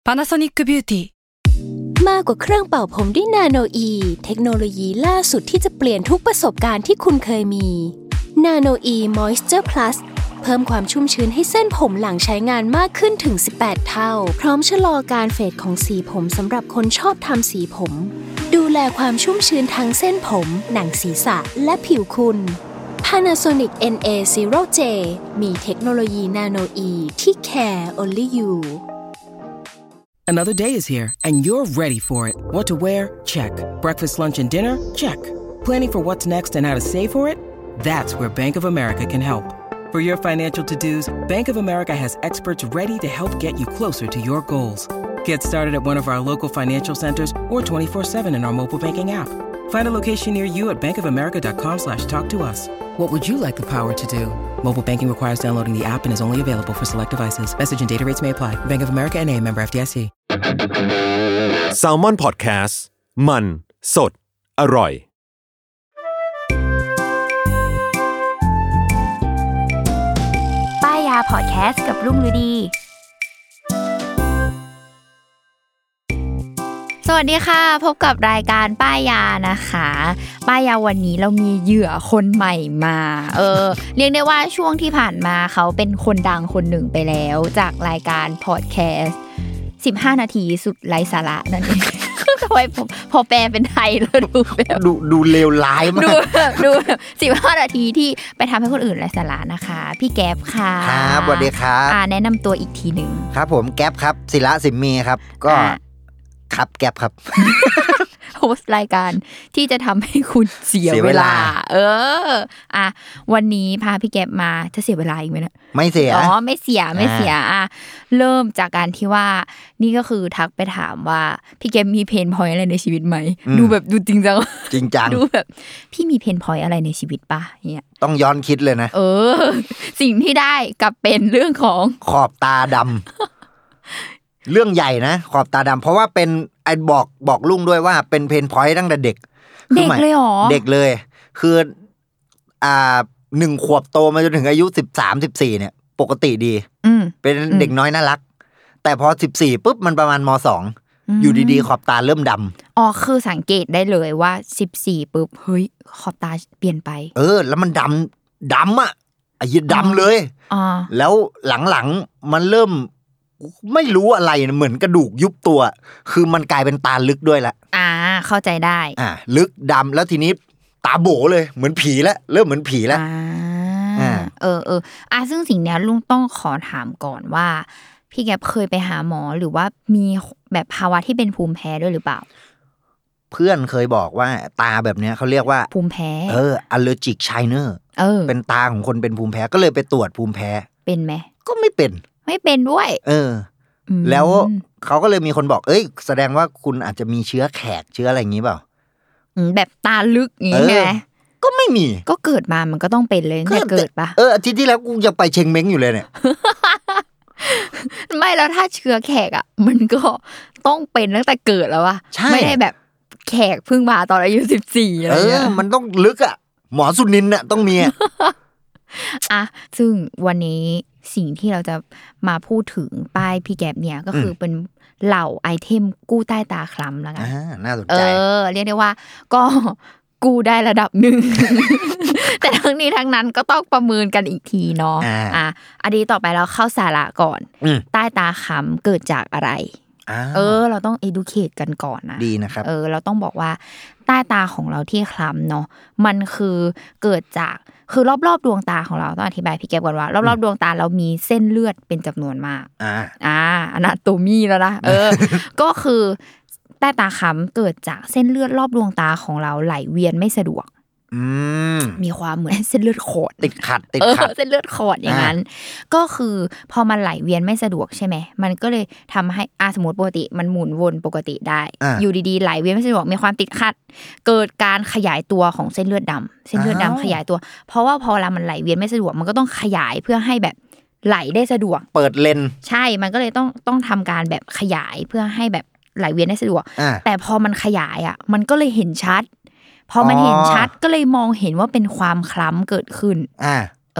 Panasonic Beauty มากกว่าเครื่องเป่าผมด้วยนาโนอีเทคโนโลยีล่าสุดที่จะเปลี่ยนทุกประสบการณ์ที่คุณเคยมีนาโนอีมอยส์เจอร์พลัสเพิ่มความชุ่มชื้นให้เส้นผมหลังใช้งานมากขึ้นถึง18เท่าพร้อมชะลอการเฟดของสีผมสำหรับคนชอบทำสีผมดูแลความชุ่มชื้นทั้งเส้นผมหนังศีรษะและผิวคุณ Panasonic NA0J มีเทคโนโลยีนาโนอีที่ care only you Another day is here, and you're ready for it. What to wear? Check. Breakfast, lunch, and dinner? Check. Planning for what's next and how to save for it? That's where Bank of America can help. For your financial to-dos, Bank of America has experts ready to help get you closer to your goals. Get started at one of our local financial centers or 24/7 in our mobile banking app. Find a location near you at bankofamerica.com/talktous. What would you like the power to do? Mobile banking requires downloading the app and is only available for select devices. Message and data rates may apply. Bank of America NA, member FDIC. Salmon Podcast มันสดอร่อยป้ายาพอดแคสต์กับรุ่งฤดีสวัสดีค่ะพบกับรายการป้ายานะคะป้ายาวันนี้เรามีเหยื่อคนใหม่มาเรียกได้ว่าช่วงที่ผ่านมาเขาเป็นคนดังคนหนึ่งไปแล้วจากรายการพอดแคสต์15นาทีสุดไร้สาระนั่นเองทำไมพอแปลเป็นไทยแล้วดูเลวร้ายมากดู15นาทีที่ไปทำให้คนอื่นไร้สาระนะคะพี่แก๊ปค่ะครับสวัสดีครับแนะนำตัวอีกทีนึงครับผมแก๊ปครับศิระสิมมีครับก็ครับแก๊ปครับโฮสต์รายการที่จะทำให้คุณเสียเวลาวันนี้พาพี่แก๊ปมาจะเสียเวลาอีกไหมนะไม่เสียไม่เสียเริ่มจากการที่ว่านี่ก็คือทักไปถามว่าพี่แก๊ปมีเพนพอยต์อะไรในชีวิตไหมดูจริงจังดูแบบพี่มีเพนพอยต์อะไรในชีวิตป่ะเนี่ยต้องย้อนคิดเลยนะสิ่งที่ได้กลับเป็นเรื่องของขอบตาดำเรื่องใหญ่นะขอบตาดำเพราะว่าเป็นไอ้บอกลุงด้วยว่าเป็นเพนพอยต์ตั้งแต่เด็กเลยหรอเด็กเลยคือ1 ขวบโตมาจนถึงอายุ13-14เนี่ยปกติดีเป็นเด็กน้อยน่ารักแต่พอ14ปุ๊บมันประมาณม.2 อยู่ดีๆขอบตาเริ่มดำคือสังเกตได้เลยว่า14ปุ๊บเฮ้ยขอบตาเปลี่ยนไปแล้วมันดำอ่ะไอ้ดำเลยแล้วหลังๆมันเริ่มไม่รู้อะไรเหมือนกระดูกยุบตัวคือมันกลายเป็นตาลึกด้วยละเข้าใจได้ลึกดำแล้วทีนี้ตาโบเลยเหมือนผีแล้วเริ่มเหมือนผีแล้วซึ่งสิ่งนี้ลุงต้องขอถามก่อนว่าพี่แก๊ปเคยไปหาหมอหรือว่ามีแบบภาวะที่เป็นภูมิแพ้ด้วยหรือเปล่าเพื่อนเคยบอกว่าตาแบบนี้เขาเรียกว่าภูมิแพ้ allergic shiner เป็นตาของคนเป็นภูมิแพ้ก็เลยไปตรวจภูมิแพ้เป็นไหมก็ไม่เป็นด้วยแล้วเขาก็เลยมีคนบอกแสดงว่าคุณอาจจะมีเชื้อแขกเชื้ออะไรอย่างนี้เปล่าแบบตาลึกอย่างนี้ไหมก็ไม่มีก็เกิดมามันก็ต้องเป็นเลยแต่เกิดปะอาทิตย์ที่แล้วกูยังไปเชงเม้งอยู่เลยเนี่ยไม่แล้วถ้าเชื้อแขกอ่ะมันก็ต้องเป็นตั้งแต่เกิดแล้ววะไม่ได้แบบแขกเพิ่งมาตอนอายุ14อะไรเงี้ยมันต้องลึกอ่ะหมอสุนินทร์น่ะต้องมีซึ่งวันนี้สิ่งที่เราจะมาพูดถึงป้ายพี่แก๊ปเนี่ยก็คือเป็นเหล่าไอเทมกู้ใต้ตาคล้ำแล้วกันน่าสนใจเรียกได้ว่าก็กู้ได้ระดับหนึ่ง แต่ทั้งนี้ทั้งนั้นก็ต้องประเมินกันอีกทีเนาะอันนี้ต่อไปเราเข้าสาระก่อนใต้ตาคล้ำเกิดจากอะไรเราต้อง educate กันก่อนนะดีนะครับเราต้องบอกว่าใต้ตาของเราที่คล้ำเนาะมันคือเกิดจากคือรอบๆดวงตาของเราต้องอธิบายพี่แก๊ปก่อนว่ารอบๆดวงตาเรามีเส้นเลือดเป็นจำนวนมากanatomy แล้วนะก็คือใต้ตาคล้ำเกิดจากเส้นเลือดรอบดวงตาของเราไหลเวียนไม่สะดวกมีความเหมือนเส้นเลือดขอดติดขัดเส้นเลือดขอดอย่างนั้นก็คือพอมันไหลเวียนไม่สะดวกใช่ไหมมันก็เลยทำให้สมมติปกติมันหมุนวนปกติได้อยู่ดีๆไหลเวียนไม่สะดวกมีความติดขัดเกิดการขยายตัวของเส้นเลือดดำเส้นเลือดดำขยายตัวเพราะว่าพอเวลามันไหลเวียนไม่สะดวกมันก็ต้องขยายเพื่อให้แบบไหลได้สะดวกเปิดเลนใช่มันก็เลยต้องทำการแบบขยายเพื่อให้แบบไหลเวียนได้สะดวกแต่พอมันขยายมันก็เลยเห็นชัดพอมันเห็นชัดก็เลยมองเห็นว่าเป็นความคล้ำเกิดขึ้น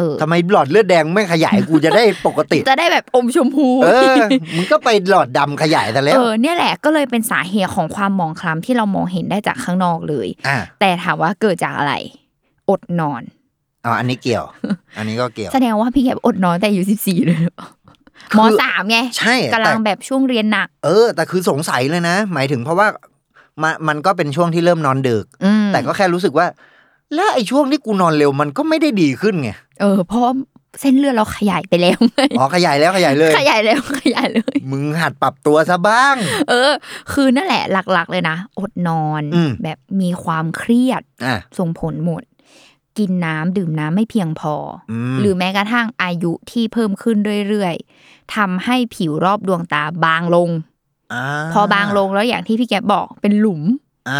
ทำไมหลอดเลือดแดงไม่ขยายกูจะได้ปกติจะได้แบบอมชมพูมึงก็ไปหลอดดำขยายซะแล้วเนี่ยแหละก็เลยเป็นสาเหตุของความหมองคล้ำที่เรามองเห็นได้จากข้างนอกเลยแต่ถามว่าเกิดจากอะไรอดนอนอันนี้เกี่ยวอันนี้ก็เกี่ยวแสดงว่าพี่แกอดนอนแต่อายุ14เลยม.3 ไงใช่กำลังแบบช่วงเรียนหนักแต่คือสงสัยเลยนะหมายถึงเพราะว่ามันก็เป็นช่วงที่เริ่มนอนดึกแต่ก็แค่รู้สึกว่าแล้วไอ้ช่วงที่กูนอนเร็วมันก็ไม่ได้ดีขึ้นไงเพราะเส้นเลือดเราขยายไปแล้วขยายแล้วขยายเลยขยายเลยมึงหัดปรับตัวซะบ้างคือนั่นแหละหลักๆเลยนะอดนอนแบบมีความเครียดส่งผลหมดกินน้ำดื่มน้ำไม่เพียงพอหรือแม้กระทั่งอายุที่เพิ่มขึ้นเรื่อยๆทำให้ผิวรอบดวงตาบางลงพอบางลงแล้วอย่างที่พี่แกบอกเป็นหลุม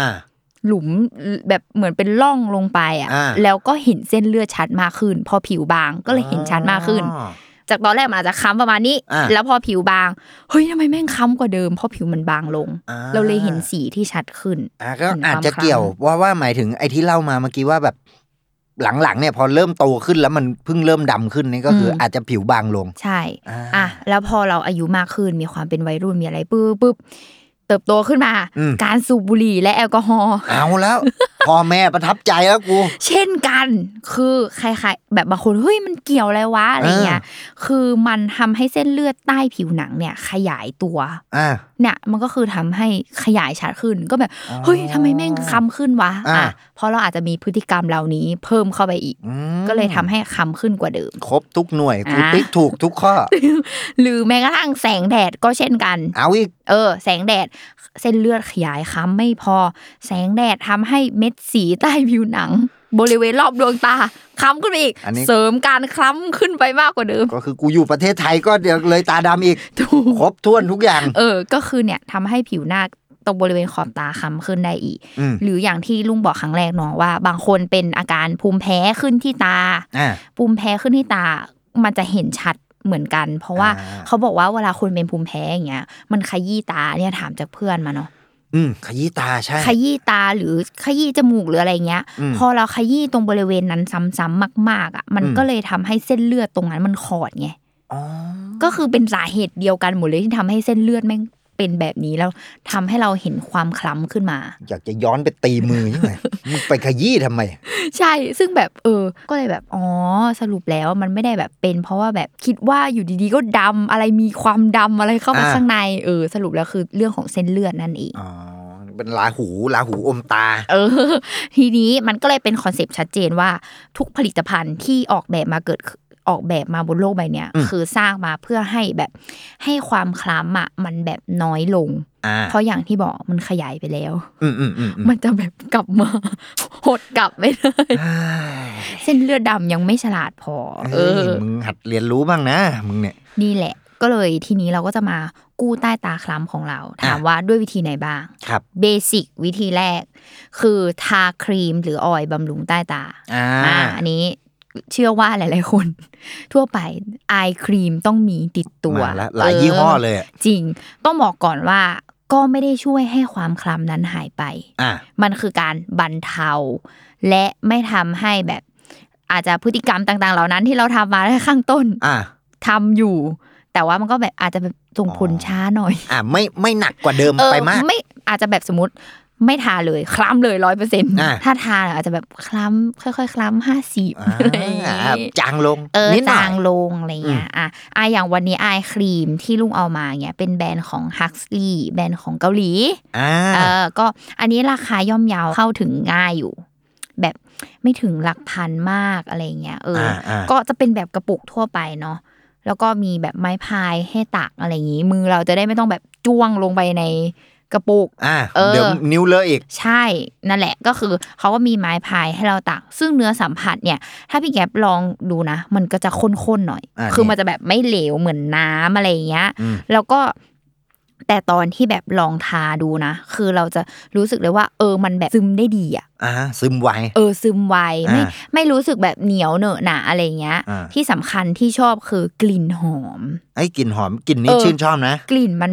แบบเหมือนเป็นร่องลงไปแล้วก็เห็นเส้นเลือดชัดมากขึ้นพอผิวบางก็เลยเห็นชัดมากขึ้นจากตอนแรกมันอาจจะค้ำประมาณนี้แล้วพอผิวบางเฮ้ยทำไมแม่งค้ำกว่าเดิมเพราะผิวมันบางลงเราเลยเห็นสีที่ชัดขึ้นก็อาจจะเกี่ยวว่าหมายถึงไอ้ที่เล่ามาเมื่อกี้ว่าแบบหลังๆเนี่ยพอเริ่มโตขึ้นแล้วมันเพิ่งเริ่มดำขึ้นนี่ก็คืออาจจะผิวบางลงใช่แล้วพอเราอายุมากขึ้นมีความเป็นวัยรุ่นมีอะไรปุ๊บเติบโตขึ้นมาการสูบบุหรี่และแอลกอฮอล์เอาแล้วพ่อแม่ประทับใจแล้วกูเช่นกันคือใครๆแบบบางคนเฮ้ยมันเกี่ยวอะไรวะอะไรเงี้ยคือมันทำให้เส้นเลือดใต้ผิวหนังเนี่ยขยายตัวเนี่ยมันก็คือทำให้ขยายชัดขึ้นก็แบบเฮ้ยทำไมแม่งค้ำขึ้นวะเพราะเราอาจจะมีพฤติกรรมเหล่านี้เพิ่มเข้าไปอีกก็เลยทำให้ค้ำขึ้นกว่าเดิมครบทุกหน่วยกูติ๊กถูกทุกข้อหรือแม้กระทั่งแสงแดดก็เช่นกันเอาอีกแสงแดดเส้นเลือดขยายค้ำไม่พอแสงแดดทำให้เม็ดสีใต้ผิวหนังบริเวณรอบดวงตาคล้ำขึ้นไปอีกเสริมการคล้ำขึ้นไปมากกว่าเดิมก็คือกูอยู่ประเทศไทยก็เดี๋ยวเลยตาดำอีกครบถ้วนทุกอย่างก็คือเนี่ยทำให้ผิวหน้าตรงบริเวณขอบตาคล้ำขึ้นได้อีกหรืออย่างที่ลุงบอกครั้งแรกเนาะว่าบางคนเป็นอาการภูมิแพ้ขึ้นที่ตาภูมิแพ้ขึ้นที่ตามันจะเห็นชัดเหมือนกันเพราะว่าเขาบอกว่าเวลาคนเป็นภูมิแพ้อย่างเงี้ยมันขยี้ตาเนี่ยถามจากเพื่อนมาเนาะขยี้ตาใช่ขยี้ตาหรือขยี้จมูกหรืออะไรเงี้ยพอเราขยี้ตรงบริเวณนั้นซ้ำๆมากๆมันก็เลยทำให้เส้นเลือดตรงนั้นมันขอดไงก็คือเป็นสาเหตุเดียวกันหมดเลยที่ทำให้เส้นเลือดแม่งเป็นแบบนี้แล้วทำให้เราเห็นความคล้ำขึ้นมาอยากจะย้อนไปตีมือยังไงมึงไปขยี้ทำไมใช่ซึ่งแบบก็เลยแบบสรุปแล้วมันไม่ได้แบบเป็นเพราะว่าแบบคิดว่าอยู่ดีๆก็ดำอะไรมีความดำอะไรเข้ามาข้างในสรุปแล้วคือเรื่องของเส้นเลือดนั่นเองเป็นราหูอมตาทีนี้มันก็เลยเป็นคอนเซปต์ชัดเจนว่าทุกผลิตภัณฑ์ที่ออกแบบมาบนโลกใบนี้คือสร้างมาเพื่อให้แบบให้ความคล้ำมันแบบน้อยลงเพราะอย่างที่บอกมันขยายไปแล้วมันจะแบบกลับมาหดกลับไปเลยเส้นเลือดดำยังไม่ฉลาดพอมึงหัดเรียนรู้บ้างนะมึงเนี่ยนี่แหละก็เลยทีนี้เราก็จะมากู้ใต้ตาคล้ำของเราถามว่าด้วยวิธีไหนบ้างเบสิกวิธีแรกคือทาครีมหรือออยล์บำรุงใต้ตาอันนี้เชื่อว่าหลายๆคนทั่วไปอายครีมต้องมีติดตัวหลายยี่ห้อเลยจริงต้องบอกก่อนว่าก็ไม่ได้ช่วยให้ความคล้ำนั้นหายไปมันคือการบรรเทาและไม่ทำให้แบบอาจจะพฤติกรรมต่างๆเหล่านั้นที่เราทำมาในข้างต้นทำอยู่แต่ว่ามันก็แบบอาจจะแบบส่งผลช้าหน่อยไม่หนักกว่าเดิมไปมากไม่อาจจะแบบสมมติไม่ทาเลยคล้ำเลย 100% ถ้าทาอาจจะแบบคล้ำค่อยๆคล้ำ50อะไรอย่างเงี้ยจางลงจางลงอะไรเงี้ยอย่างวันนี้ครีมที่ลุงเอามาเงี้ยเป็นแบรนด์ของ Huxley แบรนด์ของเกาหลีก็อันนี้ราคาย่อมเยาเข้าถึงง่ายอยู่แบบไม่ถึงหลักพันมากอะไรเงี้ยก็จะเป็นแบบกระปุกทั่วไปเนาะแล้วก็มีแบบไม้พายให้ตักอะไรอย่างงี้มือเราจะได้ไม่ต้องแบบจ้วงลงไปในกระปุกเดี๋ยวนิ้วเลอะอีกใช่นั่นแหละก็คือเขาก็มีไม้พายให้เราตักซึ่งเนื้อสัมผัสเนี่ยถ้าพี่แก๊ปลองดูนะมันก็จะข้นๆหน่อยคือมันจะแบบไม่เหลวเหมือนน้ำอะไรอย่างเงี้ยแล้วก็แต่ตอนที่แบบลองทาดูนะคือเราจะรู้สึกเลยว่ามันแบบซึมได้ดีซึมไวซึมไวไม่รู้สึกแบบเหนียวเหนอะหนะอะไรเงี้ยที่สำคัญที่ชอบคือกลิ่นหอมกลิ่นหอมกลิ่นนี้ชื่นชอบนะกลิ่นมันแบบ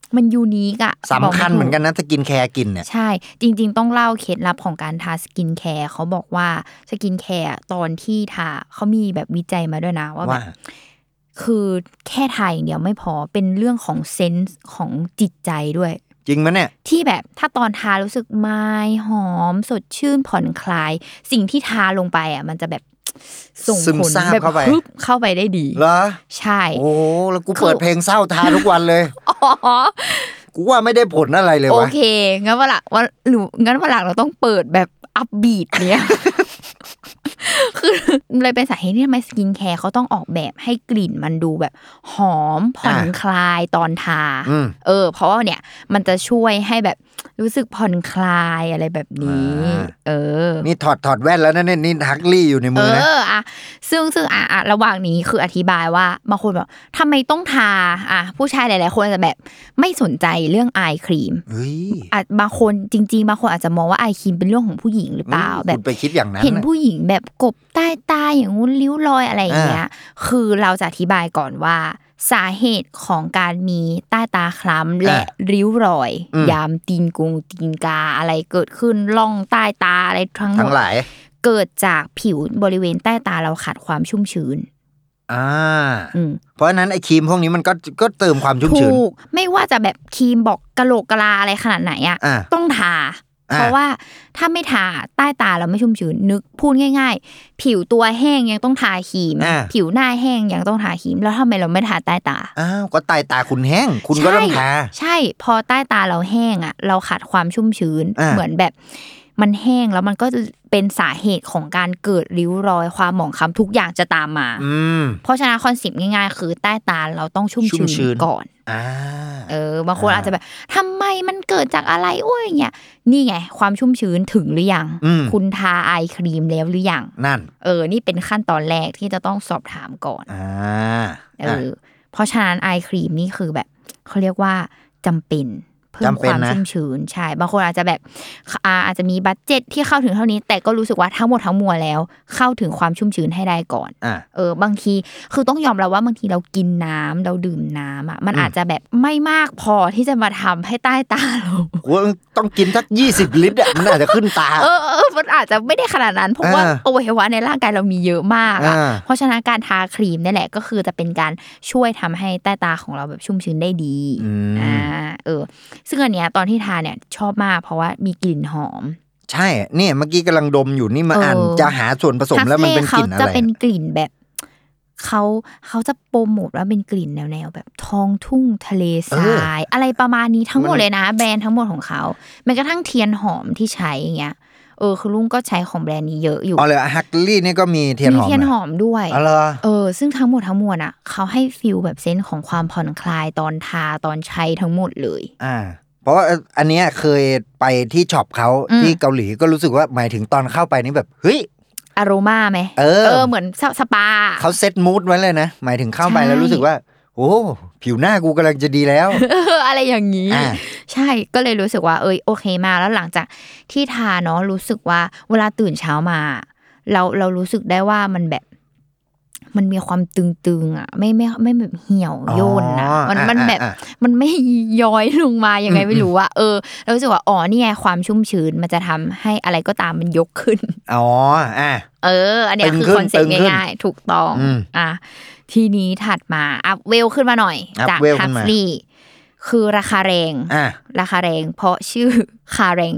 มันยูนิคอะสำคัญเหมือนกันนะสกินแคร์กินเนี่ยใช่จริงๆต้องเล่าเคล็ดลับของการทาสกินแคร์เขาบอกว่าสกินแคร์ตอนที่ทาเขามีแบบวิจัยมาด้วยนะว่าแบบคือแค่ทาอย่างเดียวไม่พอเป็นเรื่องของเซนส์ของจิตใจด้วยจริงมั้ยเนี่ยที่แบบถ้าตอนทารู้สึกไม่หอมสดชื่นผ่อนคลายสิ่งที่ทาลงไปอ่ะมันจะแบบส่งผลแบบเข้าไปได้ดีเหรอใช่โอ้แล้วกูเปิดเพลงเศร้าทาทุกวันเลยกูว่าไม่ได้ผลอะไรเลยวะโอเคงั้นวันหลังเราต้องเปิดแบบอัพบีทเนี้ยคือเลยเป็นสาเหตุที่ทำไมสกินแคร์เขาต้องออกแบบให้กลิ่นมันดูแบบหอมผ่อนคลายตอนทาเพราะว่าเนี่ยมันจะช่วยให้แบบรู้สึกผ่อนคลายอะไรแบบนี้นี่ถอดแว่นแล้วนะนี่ฮักลี่อยู่ในมือนะซึ่งระหว่างนี้คืออธิบายว่าบางคนแบบทำไมต้องทาผู้ชายหลายๆคนจะแบบไม่สนใจเรื่องไอครีมบางคนจริงๆบางคนอาจจะมองว่าไอครีมเป็นเรื่องของผู้หญิงหรือเปล่าแบบไปคิดอย่างนั้นเห็นผู้หญิงแบบกบใต้ตาอย่างงู้นริ้วรอยอะไรอย่างเงี้ยคือเราจะอธิบายก่อนว่าสาเหตุของการมีใต้ตาคล้ำและริ้วรอยยามตีนกาอะไรเกิดขึ้นร่องใต้ตาอะไรทั้งหลายเกิดจากผิวบริเวณใต้ตาเราขาดความชุ่มชื้นเพราะฉะนั้นไอ้ครีมพวกนี้มันก็เติมความชุ่มชื้นถูกไม่ว่าจะแบบครีมบอกกะโหลกกะลาอะไรขนาดไหนอ่ะต้องทาเพราะว่าถ้าไม่ทาใต้ตาเราไม่ชุ่มชื้นนึกพูดง่ายๆผิวตัวแห้งยังต้องทาครีมผิวหน้าแห้งยังต้องทาครีมแล้วทำไมเราไม่ทาใต้ตาก็ใต้ตาคุณแห้งคุณก็ต้องทาใช่พอใต้ตาเราแห้งอ่ะเราขาดความชุ่มชื้นเหมือนแบบมันแห้งแล้วมันก็เป็นสาเหตุของการเกิดริ้วรอยความหมองคล้ำทุกอย่างจะตามมาเพราะฉะนั้นคอนเซ็ปต์ง่ายๆคือใต้ตาเราต้องชุ่มชื้นก่อนบางคนอาจจะแบบทำไมมันเกิดจากอะไรโอ้ยอย่างเงี้ยนี่ไงความชุ่มชื้นถึงหรือยังคุณทาไอครีมแล้วหรือยังนั่นนี่เป็นขั้นตอนแรกที่จะต้องสอบถามก่อนเพราะฉะนั้นไอครีมนี่คือแบบเขาเรียกว่าจำเป็นเพิ่มความชุ่มชื้นใช่บางคนอาจจะแบบอาจจะมีบัดเจ็ตที่เข้าถึงเท่านี้แต่ก็รู้สึกว่าทั้งหมดทั้งมวลแล้วเข้าถึงความชุ่มชื้นให้ได้ก่อนบางทีคือต้องยอมรับว่าบางทีเรากินน้ำเราดื่มน้ำมันอาจจะแบบไม่มากพอที่จะมาทำให้ใต้ตาเราต้องกินสัก20 ลิตรมันอาจจะขึ้นตามันอาจจะไม่ได้ขนาดนั้นเพราะว่าอวัยวะในร่างกายเรามีเยอะมากเพราะฉะนั้นการทาครีมนี่แหละก็คือจะเป็นการช่วยทำให้ใต้ตาของเราแบบชุ่มชื้นได้ดีซึ่งอันเนี้ยตอนที่ทาเนี่ยชอบมากเพราะว่ามีกลิ่นหอมใช่เนี่ยเมื่อกี้กำลังดมอยู่นี่มาอ่านจะหาส่วนผสมแล้วมันเป็นกลิ่นอะไรเขาจะเป็นกลิ่นแบบเขาจะโปรโมทว่าเป็นกลิ่นแนวแบบท้องทุ่งทะเลทรายอะไรประมาณนี้ทั้งหมดเลยนะแบรนด์ทั้งหมดของเขาแม้กระทั่งเทียนหอมที่ใช้อย่างเงี้ยคือลุงก็ใช้ของแบรนด์นี้เยอะอยู่เลยฮักลี่นี่ก็มีเทียนหอมด้วยซึ่งทั้งหมดทั้งมวลอ่ะเขาให้ฟีลแบบเซนส์ของความผ่อนคลายตอนทาตอนใช้ทั้งหมดเลยเพราะว่าอันเนี้ยเคยไปที่ช็อปเขาที่เกาหลีก็รู้สึกว่าหมายถึงตอนเข้าไปนี่แบบเฮ้ยอโรมาไหมเหมือนสปาเขาเซตมูดไว้เลยนะหมายถึงเข้าไปแล้วรู้สึกว่าโอ้ผิวหน้ากูกำลังจะดีแล้วอะไรอย่างนี้ใช่ก็เลยรู้สึกว่าโอเคมากแล้วหลังจากที่ทาเนาะรู้สึกว่าเวลาตื่นเช้ามาเรารู้สึกได้ว่ามันแบบมันมีความตึงๆอ่ะไม่แบบเหี่ยวย่นนะมันแบบมันไม่ย้อยลงมายังไงไม่รู้ว่าเรารู้สึกว่านี่ไงความชุ่มชื้นมันจะทำให้อะไรก็ตามมันยกขึ้นอันนี้คือคอนเซ็ปต์ง่ายๆถูกต้องทีนี้ถัดมาอัพเวลขึ้นมาหน่อยจากฮัฟลี่คือราคาแรงเพราะชื่อคาแรง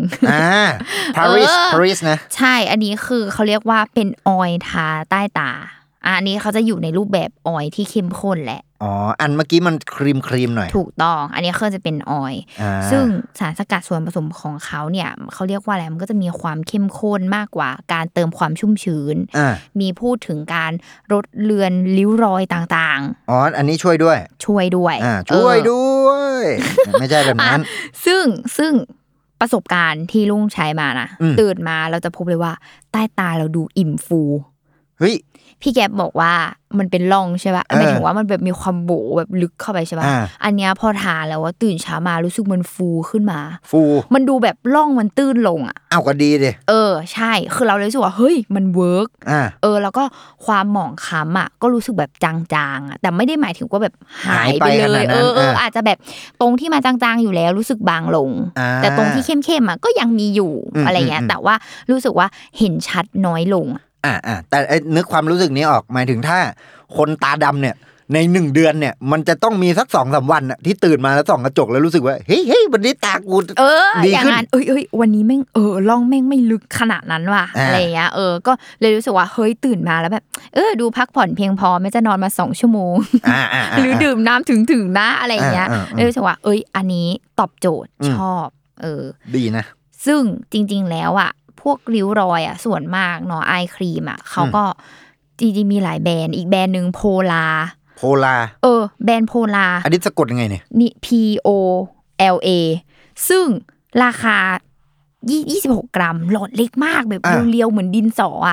Paris นะใช่อันนี้คือเขาเรียกว่าเป็นออยล์ทาใต้ตาอันนี้เขาจะอยู่ในรูปแบบออยล์ที่เข้มข้นแหละอันเมื่อกี้มันครีมหน่อยถูกต้องอันนี้คือจะเป็นออยล์ซึ่งสารสกัดส่วนผสมของเขาเนี่ยเขาเรียกว่าอะไรมันก็จะมีความเข้มข้นมากกว่าการเติมความชุ่มชื้นมีพูดถึงการลดเลือนริ้วรอยต่างๆอันนี้ช่วยด้วยช่วยด้วยไม่ใช่แบบนั้นซึ่งประสบการณ์ที่ลุงใช้มานะตื่นมาเราจะพบเลยว่าใต้ตาเราดูอิ่มฟูเฮ้ยพี่แก๊ปบอกว่ามันเป็นร่องใช่ป่ะหมายถึงว่ามันแบบมีความโบแบบลึกเข้าไปใช่ป่ะอันเนี้ยพอทาแล้วว่าตื่นเช้ามารู้สึกมันฟูขึ้นมามันดูแบบร่องมันตื้นลงอ่ะอ้าวก็ดีดิใช่คือเราเลยรู้สึกว่าเฮ้ยมันเวิร์กแล้วก็ความหมองคล้ำอ่ะก็รู้สึกแบบจางๆอ่ะแต่ไม่ได้หมายถึงว่าแบบหายไปเลยอาจจะแบบตรงที่มาจางๆอยู่แล้วรู้สึกบางลงแต่ตรงที่เข้มๆอ่ะก็ยังมีอยู่อะไรเงี้ยแต่ว่ารู้สึกว่าเห็นชัดน้อยลงแต่นึกความรู้สึกนี้ออกหมายถึงถ้าคนตาดำเนี่ยใน1 เดือนเนี่ยมันจะต้องมีสัก 2-3 วันน่ะที่ตื่นมาแล้วส่องกระจกแล้วรู้สึกว่าเฮ้ยวันนี้ตากูดีขึ้นวันนี้แม่งร่องแม่งไม่ลึกขนาดนั้นว่ะอะไรอย่างเงี้ยก็เลยรู้สึกว่าเฮ้ยตื่นมาแล้วแบบดูพักผ่อนเพียงพอไม่จะนอนมา2 ชั่วโมงหรือดื่มน้ำถึงนะอะไรอย่างเงี้ยเลยรู้สึกว่าอันนี้ตอบโจทย์ชอบดีนะซึ่งจริงๆแล้วอ่ะพวกริ้วรอยอ่ะส่วนมากเนาะไอครีมอ่ะเขาก็จริงๆมีหลายแบรนด์อีกแบรนด์นึงโพลาแบรนด์โพลาอันนี้สะกดยังไงเนี่ยนี่ POLA ซึ่งราคา26 กรัมหลอดเล็กมากแบบเรียวๆเหมือนดินสออ่ะ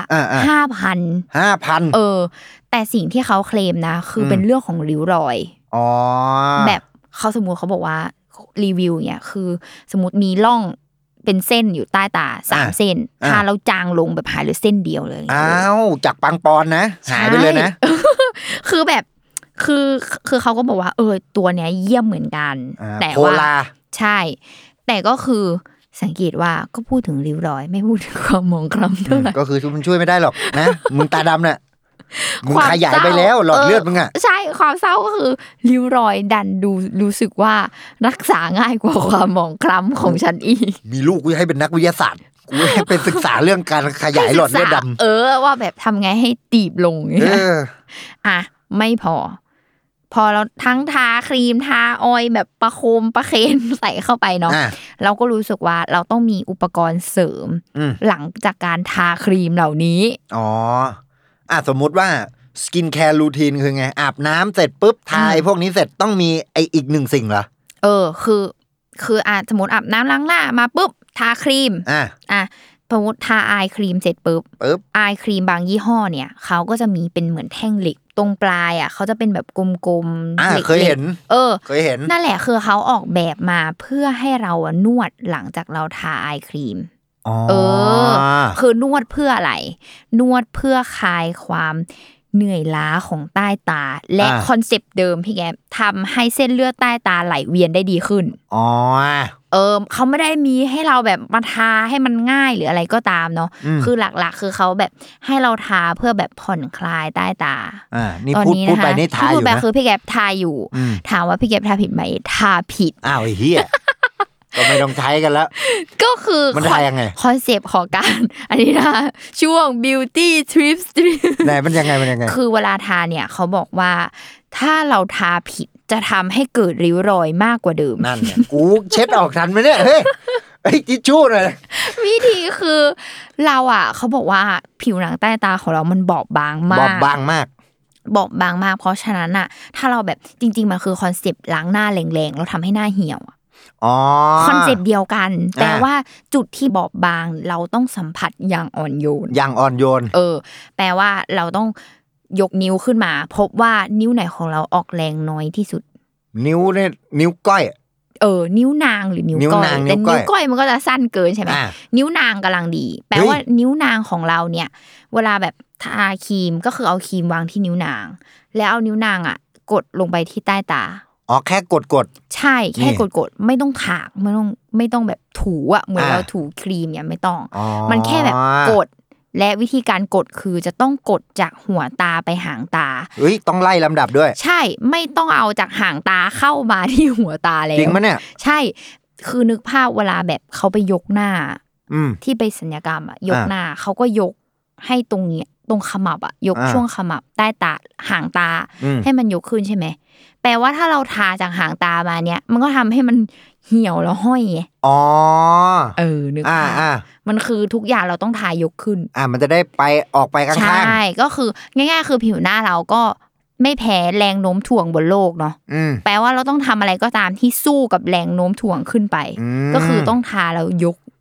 5,000 แต่สิ่งที่เขาเคลมนะคือเป็นเรื่องของริ้วรอยแบบเขาสมมุติเขาบอกว่ารีวิวเนี่ยคือสมมุติมีร่องเป็นเส้นอยู่ใต้ตา3 เส้นทาแล้วจางลงแบบหายเหลือเส้นเดียวเลยอ้าวจากปังปอนนะหายไปเลยนะคือแบบคือเขาก็บอกว่าตัวเนี้ยเยี่ยมเหมือนกันแต่ว่าใช่แต่ก็คือสังเกตว่าก็พูดถึงริ้วรอยไม่พูดถึงความหมองคล้ำเท่าไหร่ก็คือมันช่วยไม่ได้หรอกนะมึงตาดำเนี่ยมึงขยายไปแล้วหลอดเลือดมึงอ่ะใช่ความเศร้าก็คือริ้วรอยดันดูรู้สึกว่ารักษาง่ายกว่าความหมองคล้ำของฉันอีกมีลูกกูให้เป็นนักวิทยาศาสตร์กูให้เป็นศึกษาเรื่องการขยายหลอดเลือดดำว่าแบบทำไงให้ตีบลงไม่พอเราทั้งทาครีมทาออยล์แบบประโคมประเคนใส่เข้าไปเนาะเราก็รู้สึกว่าเราต้องมีอุปกรณ์เสริมหลังจากการทาครีมเหล่านี้สมมุติว่าสกินแคร์รูทีนคือไงอาบน้ำเสร็จปุ๊บทาพวกนี้เสร็จต้องมีอีก1 สิ่งเหรอคือสมมติอาบน้ำล้างหน้ามาปุ๊บทาครีมสมมติทาไอครีมเสร็จปุ๊บไอครีมบางยี่ห้อเนี่ยเขาก็จะมีเป็นเหมือนแท่งเหล็กตรงปลายเขาจะเป็นแบบกลมๆเคยเห็นเคยเห็นนั่นแหละคือเขาออกแบบมาเพื่อให้เรานวดหลังจากเราทาไอครีมคือนวดเพื่ออะไรนวดเพื่อคลายความเหนื่อยล้าของใต้ตาและคอนเซปต์เดิมพี่แกทำให้เส้นเลือดใต้ตาไหลเวียนได้ดีขึ้นเขาไม่ได้มีให้เราแบบมาทาให้มันง่ายหรืออะไรก็ตามเนาะคือหลักๆคือเขาแบบให้เราทาเพื่อแบบผ่อนคลายใต้ตานี่พูดไปนี่ทาอยู่นะคือพี่แกทาอยู่ถามว่าพี่แกทาผิดไหมทาผิดอ้าวไอ้เหี้ยก็ไม่ต้องใช้กันแล้วก็คือมันทายังไงคอนเซปต์ของการอันนี้นะช่วง beauty tips ไหนมันยังไงคือเวลาทาเนี่ยเขาบอกว่าถ้าเราทาผิดจะทำให้เกิดริ้วรอยมากกว่าเดิมนั่นไงกูเช็ดออกทันไหมเนี่ยเฮ้ยไอ้ทิชชู่หน่อยวิธีคือเราเขาบอกว่าผิวหนังใต้ตาของเรามันบอบบางมากบอบบางมากเพราะฉะนั้นถ้าเราแบบจริงๆมันคือคอนเซปต์ล้างหน้าแรงๆแล้วทำให้หน้าเหี่ยวคอนเซปต์เดียวกันแต่ว่าจุดที่บอบบางเราต้องสัมผัสอย่างอ่อนโยนแปลว่าเราต้องยกนิ้วขึ้นมาพบว่านิ้วไหนของเราออกแรงน้อยที่สุดนิ้วเนี่ยนิ้วก้อยนิ้วนางหรือนิ้วก้อยแต่นิ้วก้อยมันก็จะสั้นเกินใช่ไหมนิ้วนางกำลังดีแปลว่านิ้วนางของเราเนี่ยเวลาแบบทาครีมก็คือเอาครีมวางที่นิ้วนางแล้วเอานิ้วนางกดลงไปที่ใต้ตาแค่กดใช่แค่กดไม่ต้องถากไม่ต้องแบบถูเหมือนเราถูครีมเนี่ยไม่ต้องมันแค่แบบกดและวิธีการกดคือจะต้องกดจากหัวตาไปหางตาต้องไล่ลำดับด้วยใช่ไม่ต้องเอาจากหางตาเข้ามาที่หัวตาแล้วจริงมั้ยเนี่ยใช่คือนึกภาพเวลาแบบเขาไปยกหน้าที่ไปศัลยกรรมยกหน้าเขาก็ยกให้ตรงนี้ตรงขมับยกช่วงขมับใต้ตาหางตาให้มันยกขึ้นใช่ไหมแปลว่าถ้าเราทาจากหางตามาเนี่ยมันก็ทำให้มันเหี่ยวแล้วห้อยไงนึกภาพมันคือทุกอย่างเราต้องทายกขึ้นมันจะได้ไปออกไปข้างๆใช่ก็คือง่ายๆคือผิวหน้าเราก็ไม่แพ้แรงโน้มถ่วงบนโลกเนาะแปลว่าเราต้องทำอะไรก็ตามที่สู้กับแรงโน้มถ่วงขึ้นไปก็คือต้องทาแล้ว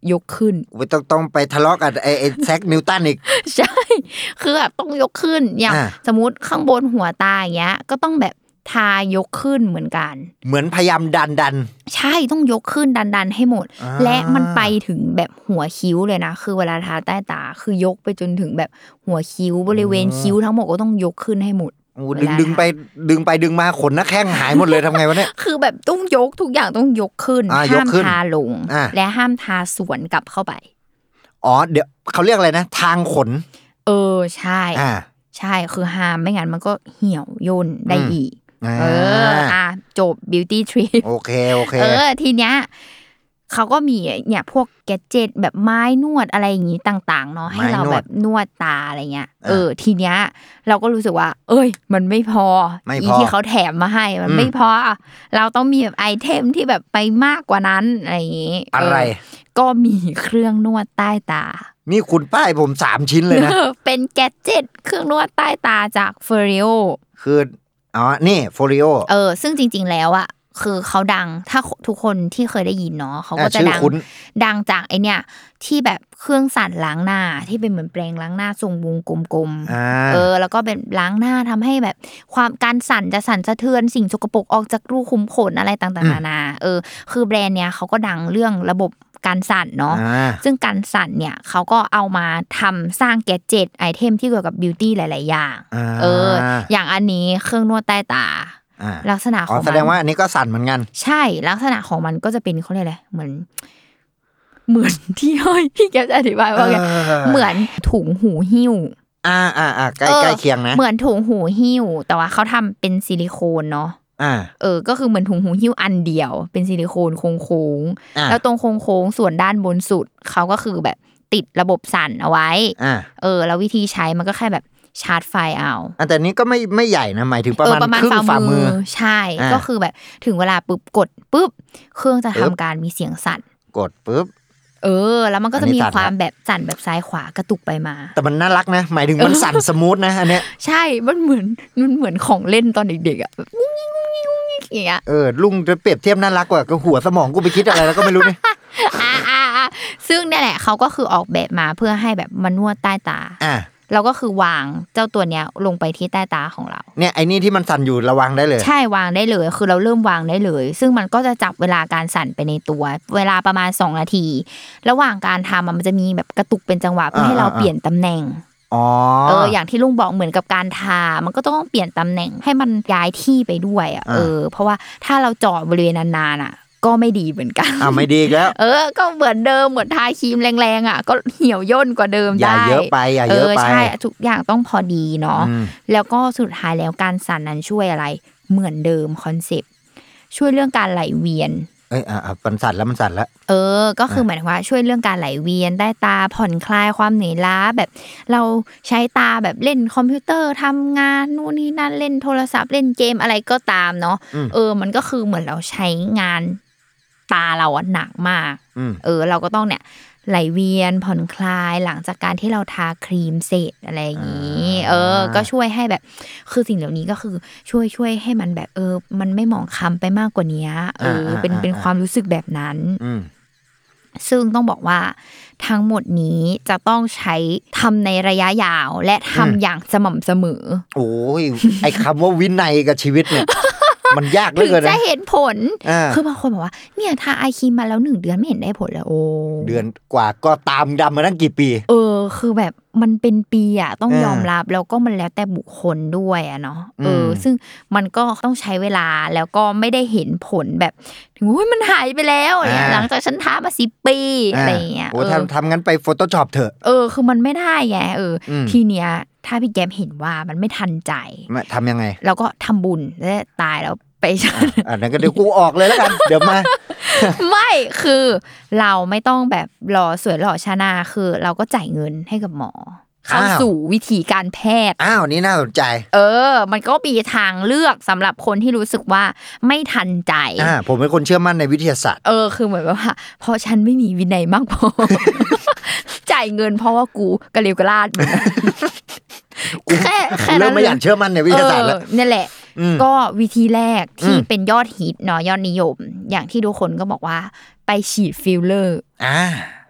ยกขึ้นต้องไปทะเลาะกับไอ้แซคนิวตันอีกใช่คือแบบต้องยกขึ้นอย่างสมมุติข้างบนหัวตาอย่างเงี้ยก็ต้องแบบทายกขึ้นเหมือนกันเหมือนพยายามดันใช่ต้องยกขึ้นดันให้หมดและมันไปถึงแบบหัวคิ้วเลยนะคือเวลาทาใต้ตาคือยกไปจนถึงแบบหัวคิ้วบริเวณคิ้วทั้งหมดก็ต้องยกขึ้นให้หมดดึงไปดึงมาขนหน้าแข้งหายหมดเลยทำไงวะเนี่ยคือแบบต้องยกทุกอย่างต้องยกขึ้นห้ามทาลงและห้ามทาสวนกลับเข้าไปอ๋อเดี๋ยวเขาเรียกอะไรนะทางขนใช่ใช่คือห้ามไม่งั้นมันก็เหี่ยวย่นได้อีกจบ beauty trip โอเคทีเนี้ยเขาก็มีเนี่ยพวกแกดเจ็ตแบบไม้นวดอะไรอย่างงี้ต่างๆเนาะให้เราแบบนวดตาอะไรเงี้ยทีเนี้ยเราก็รู้สึกว่ามันไม่พอที่เขาแถมมาให้มันไม่พอเราต้องมีแบบไอเทมที่แบบไปมากกว่านั้นอะไรอย่างงี้อะไรก็มีเครื่องนวดใต้ตานี่คุณป้ายผม3ชิ้นเลยนะเป็นแกดเจ็ตเครื่องนวดใต้ตาจาก Ferreo คือนี่โฟลิโอซึ่งจริงๆแล้วอ่ะคือเขาดังถ้าทุกคนที่เคยได้ยินเนาะเขาก็จะดังจากไอเนี่ยที่แบบเครื่องสั่นล้างหน้าที่เป็นเหมือนแปรงล้างหน้าทรงวงกลมๆแล้วก็เป็นล้างหน้าทำให้แบบความการสั่นจะสั่นสะเทือนสิ่งสกปรกออกจากรูขุมขนอะไรต่างๆนานาคือแบรนด์เนี้ยเขาก็ดังเรื่องระบบการสั่นเนาะซึ่งการสั่นเนี่ยเขาก็เอามาทำสร้างแกดเจ็ตไอเทมที่เกี่ยวกับบิวตี้หลายๆอย่างอย่างอันนี้เครื่องนวดใต้ตาลักษณะของมันแสดงว่าอันนี้ก็สั่นเหมือนกันใช่ลักษณะของมันก็จะเป็นเขาเรียกอะไรเหมือนที่ห้อยพี่แกจะอธิบายว่าไงเหมือนถุงหูหิ้วใกล้เคียงนะเหมือนถุงหูหิ้วแต่ว่าเขาทำเป็นซิลิโคนเนาะก็คือเหมือนถุงหูหิ้วอันเดียวเป็นซิลิโคนโค้งๆแล้วตรงโค้งๆส่วนด้านบนสุดเขาก็คือแบบติดระบบสั่นเอาไว้แล้ววิธีใช้มันก็แค่แบบชาร์จไฟเอาแต่นี้ก็ไม่ใหญ่นะหมายถึงประมาณครึ่งฝ่ามือใช่ก็คือแบบถึงเวลาปุ๊บกดปุ๊บเครื่องจะทำการมีเสียงสั่นกดปุ๊บแล้วมันก็จะมีความแบบสั่นแบบซ้ายขวากระตุกไปมาแต่มันน่ารักนะหมายถึงมันสั่นสมูทนะอันเนี้ยใช่มันเหมือนของเล่นตอนเด็กๆอ่ะแบบงุ้งงิ้งอย่างเงี้ยลุงจะเปรียบเทียบน่ารักกว่าก็หัวสมองกูไปคิดอะไรแล้วก็ไม่รู้นี่ซึ่งนี่แหละเขาก็คือออกแบบมาเพื่อให้แบบมานวดใต้ตาเราก็คือวางเจ้าตัวเนี้ยลงไปที่ใต้ตาของเราเนี่ยไอ้นี่ที่มันสั่นอยู่ระวังได้เลยใช่วางได้เลยคือเราเริ่มวางได้เลยซึ่งมันก็จะจับเวลาการสั่นไปในตัวเวลาประมาณ2นาทีระหว่างการทำมันจะมีแบบกระตุกเป็นจังหวะเพื่อให้เราเปลี่ยนตำแหน่งอย่างที่ลุงบอกเหมือนกับการทามันก็ต้องเปลี่ยนตำแหน่งให้มันย้ายที่ไปด้วยเพราะว่าถ้าเราจ่อบริเวณนานๆก็ไม่ดีเหมือนกันไม่ดีแล้วก็เหมือนเดิมเหมือนทาครีมแรงๆก็เหี่ยวย่นกว่าเดิมได้อย่าเยอะไปใช่ทุกอย่างต้องพอดีเนาะแล้วก็สุดท้ายแล้วการสั่นนั้นช่วยอะไรเหมือนเดิมคอนเซปต์ช่วยเรื่องการไหลเวียนมันสั่นแล้วก็คือหมายถึงว่าช่วยเรื่องการไหลเวียนใต้ตาผ่อนคลายความเหนื่อยล้าแบบเราใช้ตาแบบเล่นคอมพิวเตอร์ทำงานนู่นนี่นั่นเล่นโทรศัพท์เล่นเกมอะไรก็ตามเนาะมันก็คือเหมือนเราใช้งานตาเราหนักมากเราก็ต้องเนี่ยไหลเวียนผ่อนคลายหลังจากการที่เราทาครีมเสร็จอะไรอย่างนี้ก็ช่วยให้แบบคือสิ่งเหล่านี้ก็คือช่วยให้มันแบบมันไม่หมองคล้ำไปมากกว่านี้เป็นความรู้สึกแบบนั้นซึ่งต้องบอกว่าทั้งหมดนี้จะต้องใช้ทำในระยะยาวและทำอย่างสม่ำเสมอโอ้ยไอ้คำว่าวินัยกับชีวิตเนี่ยมันยากเหลือเกินนะจะเห็นผลคือบางคนบอกว่าเนี่ยทาไอครีมมาแล้ว1 เดือนไม่เห็นได้ผลเลยเดือนกว่าก็ตามดำมาตั้งกี่ปีคือแบบมันเป็นปีอ่ะต้องยอมรับแล้วก็มันแล้วแต่บุคคลด้วยอ่ะเนาะซึ่งมันก็ต้องใช้เวลาแล้วก็ไม่ได้เห็นผลแบบถึงมันหายไปแล้วเนี่ยหลังจากฉันทามา10 ปีอะไรเงี้ยทำงั้นไป Photoshop เถอะคือมันไม่ได้ไงทีเนี้ยถ้าพี่แกมเห็นว่ามันไม่ทันใจทำยังไงเราก็ทำบุญและตายแล้วไปนั้นก็เดี๋ยวกูออกเลยแล้วกันเดี๋ยวมาไม่คือเราไม่ต้องแบบรอสวยหล่อชานาคือเราก็จ่ายเงินให้กับหมอเข้าสู่วิธีการแพทย์นี่น่าสนใจมันก็มีทางเลือกสำหรับคนที่รู้สึกว่าไม่ทันใจผมเป็นคนเชื่อมั่นในวิทยาศาสตร์คือเหมือนว่าเพราะฉันไม่มีวินัยมากพอจ่ายเงินเพราะว่ากูกระเลวกระลาดแค่เริ่มไม่อยากเชื่อมั่นในวิทยาศาสตร์แล้วนั่นแหละก็วิธีแรกที่เป็นยอดฮิตเนาะยอดนิยมอย่างที่ทุกคนก็บอกว่าไปฉีดฟิลเลอร์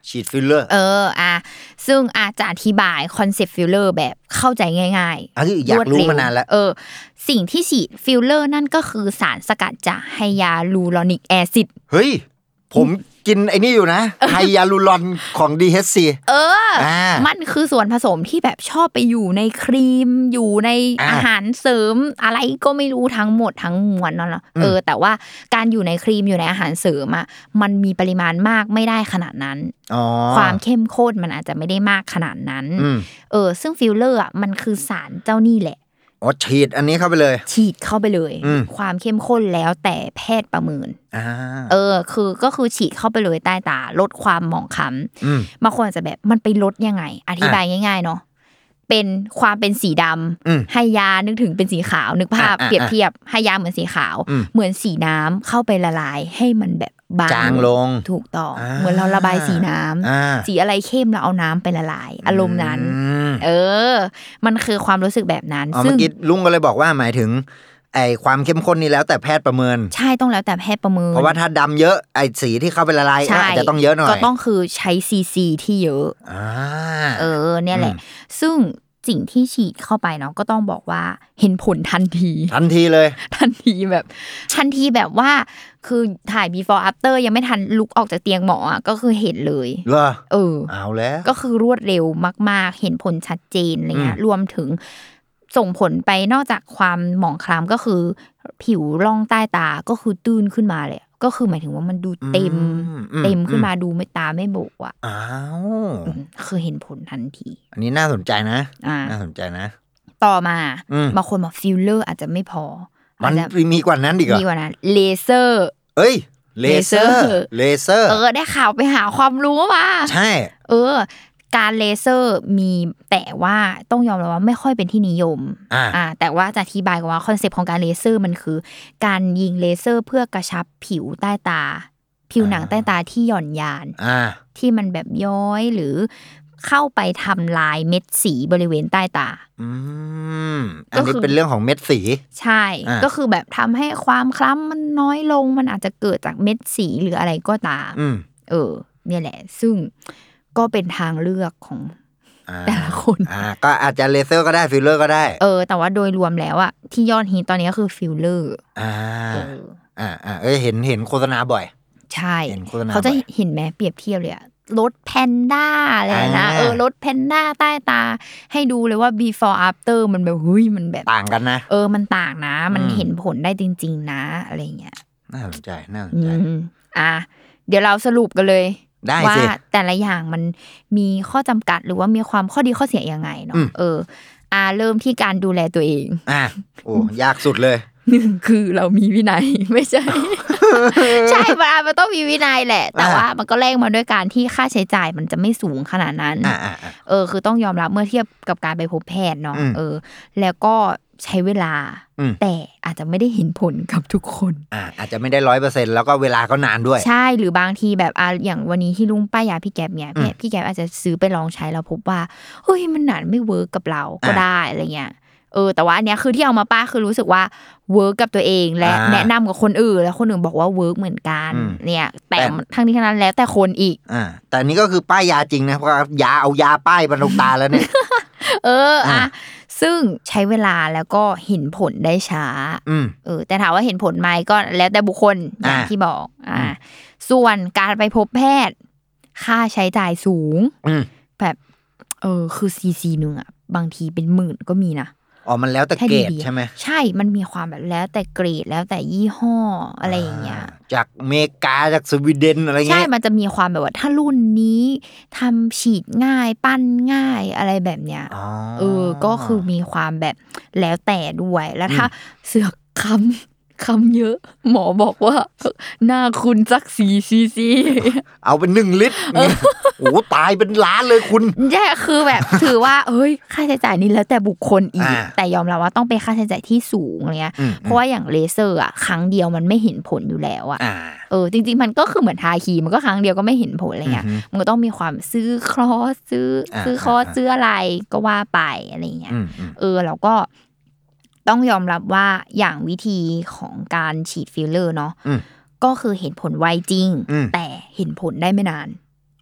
ฉีดฟิลเลอร์ซึ่งจะอธิบายคอนเซ็ปต์ฟิลเลอร์แบบเข้าใจง่ายๆอยากรู้มานานแล้วสิ่งที่ฉีดฟิลเลอร์นั่นก็คือสารสกัดจากไฮยาลูรอนิกแอซิดเฮ้ยผมกินไอ้นี่อยู่นะไฮยาลูรอนของ DHC มันคือส่วนผสมที่แบบชอบไปอยู่ในครีมอยู่ในอาหารเสริมอะไรก็ไม่รู้ทั้งหมดทั้งมวลนั่นแหละแต่ว่าการอยู่ในครีมอยู่ในอาหารเสริมมันมีปริมาณมากไม่ได้ขนาดนั้นความเข้มข้นมันอาจจะไม่ได้มากขนาดนั้นซึ่งฟิลเลอร์มันคือสารเจ้านี่แหละฉีดอันนี้เข้าไปเลยฉีดเข้าไปเลยความเข้มข้นแล้วแต่แพทย์ประเมินก็คือฉีดเข้าไปเลยใต้ตาลดความหมองคล้ำบางคนอาจจะแบบมันไปลดยังไงอธิบายง่ายๆเนาะเป็นความเป็นสีดำให้ยานึกถึงเป็นสีขาวนึกภาพเปรียบเทียบให้ยาเหมือนสีขาวเหมือนสีน้ำเข้าไปละลายให้มันแบบจางลงถูกต้องเหมือนเราระบายสีน้ำสีอะไรเข้มเราเอาน้ำไปละลายอารมณ์นั้นมันคือความรู้สึกแบบนั้นซึ่งเมื่อกี้ลุงก็เลยบอกว่าหมายถึงไอความเข้มข้นนี่แล้วแต่แพทย์ประเมินใช่ต้องแล้วแต่แพทย์ประเมินเพราะว่าถ้าดำเยอะไอสีที่เข้าไปละลายอาจจะต้องเยอะหน่อยก็ต้องคือใช้ซีที่เยอะเนี่ยแหละซึ่งสิ่งที่ฉีดเข้าไปเนาะก็ต้องบอกว่าเห็นผลทันทีเลยทันทีแบบว่าคือถ่าย before after ยังไม่ทันลุกออกจากเตียงหมอก็คือเห็นเลยเหรอเอาแล้วก็คือรวดเร็วมากๆเห็นผลชัดเจนอะไรเงี้ยรวมถึงส่งผลไปนอกจากความหมองคล้ำก็คือผิวร่องใต้ตาก็คือตื้นขึ้นมาเลยก็คือหมายถึงว่ามันดูเต็มขึ้นมาดูไม่ตาไม่โบกคือเห็นผลทันทีอันนี้น่าสนใจนะน่าสนใจนะต่อมาบางคนบอกฟิลเลอร์อาจจะไม่พอมันมีกว่านั้นอีกเหรอมีกว่านั้นเลเซอร์เลเซอร์ได้ข่าวไปหาความรู้มาใช่การเลเซอร์มีแต่ว่าต้องยอมรับว่าไม่ค่อยเป็นที่นิยมแต่ว่าจะอธิบายก่อนว่าคอนเซปต์ของการเลเซอร์มันคือการยิงเลเซอร์เพื่อกระชับผิวใต้ตาผิวหนังใต้ตาที่หย่อนยานที่มันแบบย้อยหรือเข้าไปทำลายเม็ดสีบริเวณใต้ตาอันนี้เป็นเรื่องของเม็ดสีใช่ก็คือแบบทำให้ความคล้ำมันน้อยลงมันอาจจะเกิดจากเม็ดสีหรืออะไรก็ตามเนี่ยแหละซึ่งก็เป็นทางเลือกของแต่ละคนก็อาจจะเลเซอร์ก็ได้ฟิลเลอร์ก็ได้แต่ว่าโดยรวมแล้วอะที่ยอดฮิตตอนนี้ก็คือฟิลเลอร์เห็นโฆษณาบ่อยใช่เขาจะเห็นไหมเปรียบเทียบเลยอะรถแพนด้าอะไรนะรถแพนด้าใต้ตาให้ดูเลยว่า before after มันแบบเฮ้ยมันแบบต่างกันนะมันต่างนะมันเห็นผลได้จริงๆนะอะไรเงี้ยน่าสนใจเดี๋ยวเราสรุปกันเลยว่าแต่ละอย่างมันมีข้อจำกัดหรือว่ามีความข้อดีข้อเสียยังไงเนาะเริ่มที่การดูแลตัวเองยากสุดเลยคือเรามีวินัยไม่ใช่ ใช่มันต้องมีวินัยแหละแต่ว่ามันก็แลกมาด้วยการที่ค่าใช้จ่ายมันจะไม่สูงขนาดนั้นคือต้องยอมรับเมื่อเทียบกับการไปพบแพทย์เนาะแล้วก็ใช้เวลาแต่อาจจะไม่ได้เห็นผลกับทุกคนอาจจะไม่ได้ 100% แล้วก็เวลาก็นานด้วยใช่หรือบางทีแบบอย่างวันนี้ที่ลุงป้ายาพี่แก๊ปเนี่ยพี่แก๊ปอาจจะซื้อไปลองใช้แล้วพบว่าเฮ้ยมันหนาไม่เวิร์กกับเราก็ได้อะไรเงี้ยแต่ว่าอันเนี้ยคือที่เอามาป้าคือรู้สึกว่าเวิร์กกับตัวเองและแนะนำกับคนอื่นแล้วคนอื่นบอกว่าเวิร์กเหมือนกันเนี่ยแต่ทั้งนี้ทั้งนั้นแล้วแต่คนอีกแต่อันนี้ก็คือป้ายยาจริงนะเพราะยาเอายาป้ายบรรลุตาแล้วเนี่ยซึ่งใช้เวลาแล้วก็เห็นผลได้ช้าแต่ถามว่าเห็นผลไหมก็แล้วแต่บุคคลอย่างที่บอกส่วนการไปพบแพทย์ค่าใช้จ่ายสูงแบบคือซีนึงอ่ะบางทีเป็นหมื่นก็มีนะมันแล้วแต่เกรดใช่ไหมใช่มันมีความแบบแล้วแต่เกรดแล้วแต่ยี่ห้ออะไรอย่างเงี้ยจากอเมริกาจากสวีเดนอะไรเงี้ยใช่มันจะมีความแบบว่าถ้ารุ่นนี้ทำฉีดง่ายปั้นง่ายอะไรแบบเนี้ยก็คือมีความแบบแล้วแต่ด้วยแล้วถ้าเสือกคำเยอะหมอบอกว่าหน้าคุณสัก4 cc เอาเป็น1 ลิตรโอ้ตายเป็นล้านเลยคุณแย่คือแบบถือว่าเฮ้ยค่าใช้จ่ายนี้แล้วแต่บุคคลอีกแต่ยอมรับว่าต้องเป็นค่าใช้จ่ายที่สูงอะไรเงี้ยเพราะว่าอย่างเลเซอร์ครั้งเดียวมันไม่เห็นผลอยู่แล้วจริงๆมันก็คือเหมือนทาครีมมันก็ครั้งเดียวก็ไม่เห็นผลอะไรเงี้ยมันก็ต้องมีความซื้อคอร์สซื้ออะไรก็ว่าไปอะไรเงี้ยแล้วก็ต้องยอมรับว่าอย่างวิธีของการฉีดฟิลเลอร์เนาะก็คือเห็นผลไวจริงแต่เห็นผลได้ไม่นาน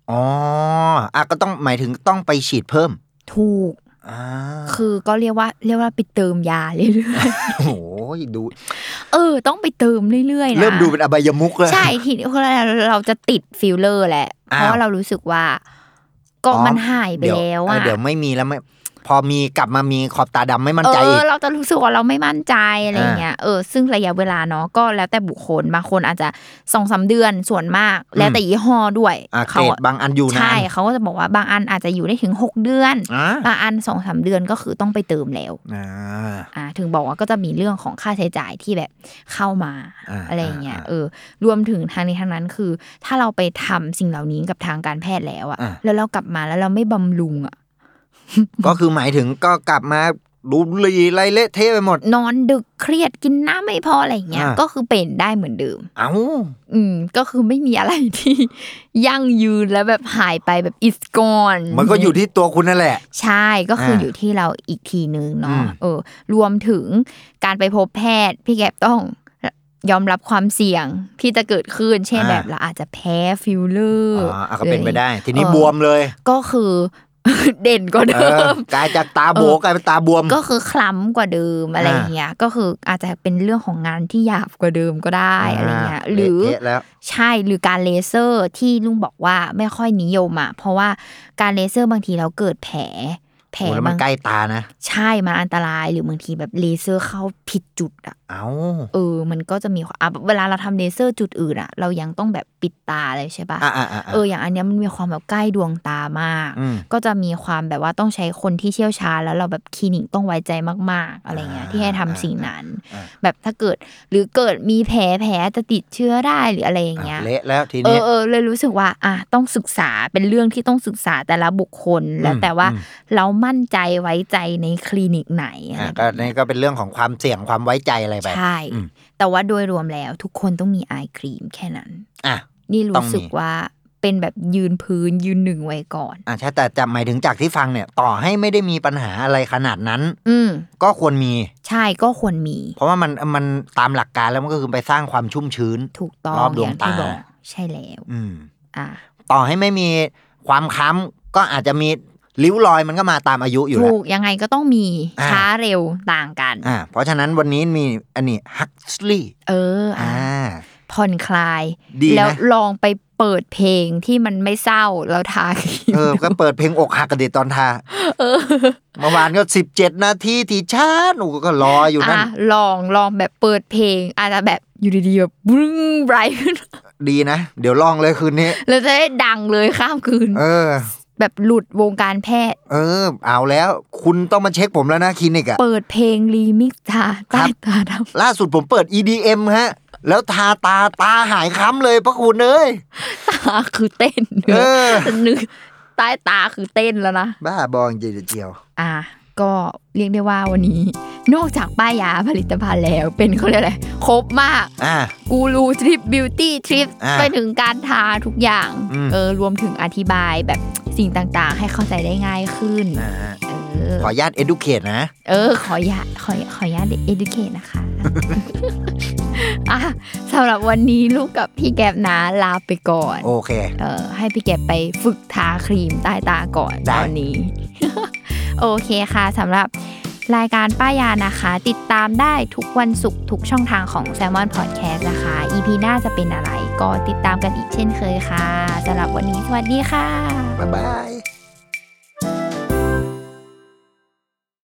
อ๋อก็ต้องหมายถึงต้องไปฉีดเพิ่มถูกคือก็เรียกว่าไปเติมยาเรื่อยๆโอ้ยดูต้องไปเติมเรื่อยๆนะเริ่มดูเป็นอบายมุขแล้วใช่ทีนี้เราจะติดฟิลเลอร์แหละเพราะว่าเรารู้สึกว่าก็มันหายไปแล้วอ่ะเดี๋ยวไม่มีแล้วไม่พอมีกลับมามีขอบตาดำไม่มั่นใจเราจะรู้สึกว่าเราไม่มั่นใจอะไรเงี้ยซึ่งระยะเวลาเนาะก็แล้วแต่บุคคลบางคนอาจจะ 2-3 เดือนส่วนมากแล้วแต่ยี่ห้อด้วยเขาบางอันอยู่นานใช่เขาก็จะบอกว่าบางอันอาจจะอยู่ได้ถึง6เดือนบางอัน 2-3 เดือนก็คือต้องไปเติมแล้วถึงบอกว่าก็จะมีเรื่องของค่าใช้จ่ายที่แบบเข้ามาอะไรเงี้ยรวมถึงทางนี้ทางนั้นคือถ้าเราไปทำสิ่งเหล่านี้กับทางการแพทย์แล้วอะแล้วเรากลับมาแล้วเราไม่บำรุงอะก็คือหมายถึงก็กลับมาดูหลีไรเละเทะไปหมดนอนดึกเครียดกินน้ำไม่พออะไรเงี้ยก็คือเป็นได้เหมือนเดิมก็คือไม่มีอะไรที่ยั่งยืนแล้วแบบหายไปแบบ is gone มันก็อยู่ที่ตัวคุณนั่นแหละใช่ก็คืออยู่ที่เราอีกทีนึงเนาะรวมถึงการไปพบแพทย์พี่แกต้องยอมรับความเสี่ยงที่จะเกิดขึ้นเช่นแบบเราอาจจะแพ้ฟิลเลอร์ก็เป็นไปได้ทีนี้บวมเลยก็คือเด่นกว่าเดิมกลายจากตาโบกลายเป็นตาบวมก็คือคล้ำกว่าเดิมอะไรเงี้ยก็คืออาจจะเป็นเรื่องของงานที่หยาบกว่าเดิมก็ได้อะไรเงี้ยหรือใช่หรือการเลเซอร์ที่ลุงบอกว่าไม่ค่อยนิยมอ่ะเพราะว่าการเลเซอร์บางทีเราเกิดแผลมันใกล้ตานะใช่มันอันตรายหรือบางทีแบบเลเซอร์เข้าผิดจุดอ่ะมันก็จะมีเวลาเราทำเลเซอร์จุดอื่นอ่ะเรายังต้องแบบปิดตาเลยใช่ป่ะอย่างอันเนี้ยมันมีความแบบใกล้ดวงตามากก็จะมีความแบบว่าต้องใช้คนที่เชี่ยวชาญแล้วเราแบบคลินิกต้องไว้ใจมากๆอะไรเงี้ยที่ให้ทำสิ่งนั้นแบบถ้าเกิดหรือเกิดมีแผลจะติดเชื้อได้หรืออะไรอย่างเงี้ยเละแล้วทีนี้เลยรู้สึกว่าต้องศึกษาเป็นเรื่องที่ต้องศึกษาแต่ละบุคคลแล้วแต่ว่าเรามั่นใจไว้ใจในคลินิกไหนก็นี่ก็เป็นเรื่องของความเสี่ยงความไว้ใจอะไรไปใช่แต่ว่าโดยรวมแล้วทุกคนต้องมีไอครีมแค่นั้นนี่รู้สึกว่าเป็นแบบยืนพื้นยืนหนึ่งไว้ก่อนใช่แต่จะหมายถึงจากที่ฟังเนี่ยต่อให้ไม่ได้มีปัญหาอะไรขนาดนั้นก็ควรมีใช่ก็ควรมีเพราะว่ามันตามหลักการแล้วมันก็คือไปสร้างความชุ่มชื้นถูกต้องรอบดวงตาใช่แล้วต่อให้ไม่มีความค้ำก็อาจจะมีริ้วรอยมันก็มาตามอายุอยู่แล้วถูกยังไงก็ต้องมีช้าเร็วต่างกันเพราะฉะนั้นวันนี้มีอันนี้ฮักสลีผ่อนคลายแล้วลองไปเปิดเพลงที่มันไม่เศร้าแล้วทาก็เปิดเพลงอกหักกันดิตอนทาเมื่อวานก็17 นาทีที่ช้าหนูก็รออยู่นั่นลองแบบเปิดเพลงอาจจะแบบอยู่ดีๆแบบบึ้งไบรท์ขึ้นดีนะเดี๋ยวลองเลยคืนนี้แล้วจะได้ดังเลยข้ามคืนแบบหลุดวงการแพทย์เอาแล้วคุณต้องมาเช็คผมแล้วนะคลินิกเปิดเพลงรีมิกซ์ทาใต้ตาดำล่าสุดผมเปิด EDM ฮะแล้วทาตาหายค้ำเลยพระคุณเอ้ยตาคือเต้นนึกใต้ตาคือเต้นแล้วนะบ้าบอจริงเจียวก็เรียกได้ว่าวันนี้นอกจากป้ายยาผลิตภัณฑ์แล้วเป็นเขาเรียกอะไรครบมากกูรูทริปบิวตี้ทริปไปถึงการทาทุกอย่างรวมถึงอธิบายแบบสิ่งต่างๆให้เข้าใจได้ง่ายขึ้นขออนุญาต educate นะขออนุญาต educate นะคะสำหรับวันนี้ลูกกับพี่แก๊ปนะลาไปก่อนโอเคให้พี่แก๊ปไปฝึกทาครีมใต้ตาก่อนตอนนี้โอเคค่ะสำหรับรายการป้ายานะคะติดตามได้ทุกวันศุกร์ทุกช่องทางของ Salmon Podcast นะคะ EP หน้าจะเป็นอะไรก็ติดตามกันอีกเช่นเคยค่ะสำหรับวันนี้สวัสดีค่ะบ๊ายบาย